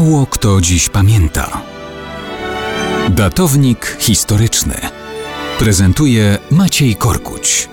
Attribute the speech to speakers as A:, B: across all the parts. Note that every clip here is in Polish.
A: Mało kto dziś pamięta. Datownik historyczny prezentuje Maciej Korkuć.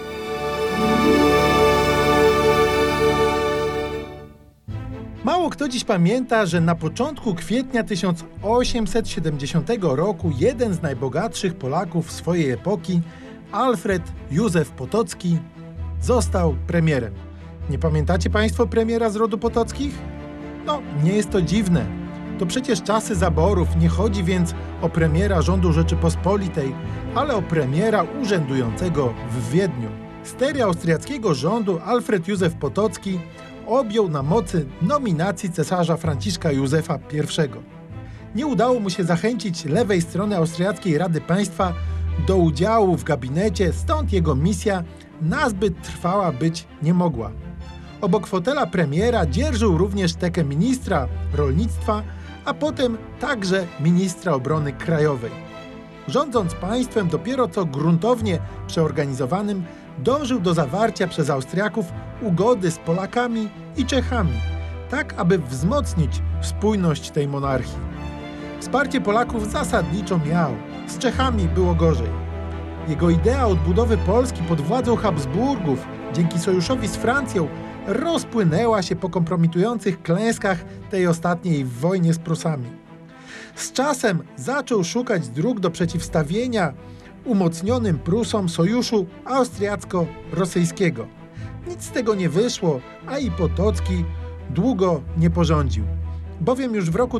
B: Mało kto dziś pamięta, że na początku kwietnia 1870 roku jeden z najbogatszych Polaków swojej epoki, Alfred Józef Potocki, został premierem. Nie pamiętacie Państwo premiera z rodu Potockich? No, nie jest to dziwne. To przecież czasy zaborów, nie chodzi więc o premiera rządu Rzeczypospolitej, ale o premiera urzędującego w Wiedniu. Stery austriackiego rządu Alfred Józef Potocki objął na mocy nominacji cesarza Franciszka Józefa I. Nie udało mu się zachęcić lewej strony austriackiej Rady Państwa do udziału w gabinecie, stąd jego misja nazbyt trwała być nie mogła. Obok fotela premiera dzierżył również tekę ministra rolnictwa, a potem także ministra obrony krajowej. Rządząc państwem dopiero co gruntownie przeorganizowanym, dążył do zawarcia przez Austriaków ugody z Polakami i Czechami, tak aby wzmocnić spójność tej monarchii. Wsparcie Polaków zasadniczo miał, z Czechami było gorzej. Jego idea odbudowy Polski pod władzą Habsburgów dzięki sojuszowi z Francją rozpłynęła się po kompromitujących klęskach tej ostatniej w wojnie z Prusami. Z czasem zaczął szukać dróg do przeciwstawienia umocnionym Prusom sojuszu austriacko-rosyjskiego. Nic z tego nie wyszło, a i Potocki długo nie porządził, bowiem już w roku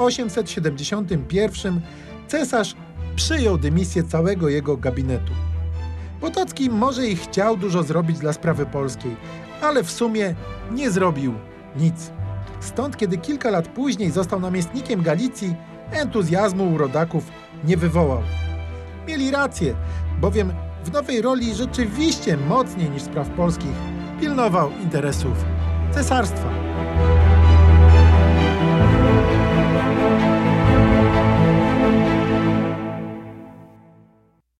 B: 1871 cesarz przyjął dymisję całego jego gabinetu. Potocki może i chciał dużo zrobić dla sprawy polskiej, ale w sumie nie zrobił nic. Stąd, kiedy kilka lat później został namiestnikiem Galicji, entuzjazmu u rodaków nie wywołał. Mieli rację, bowiem w nowej roli rzeczywiście mocniej niż spraw polskich pilnował interesów cesarstwa.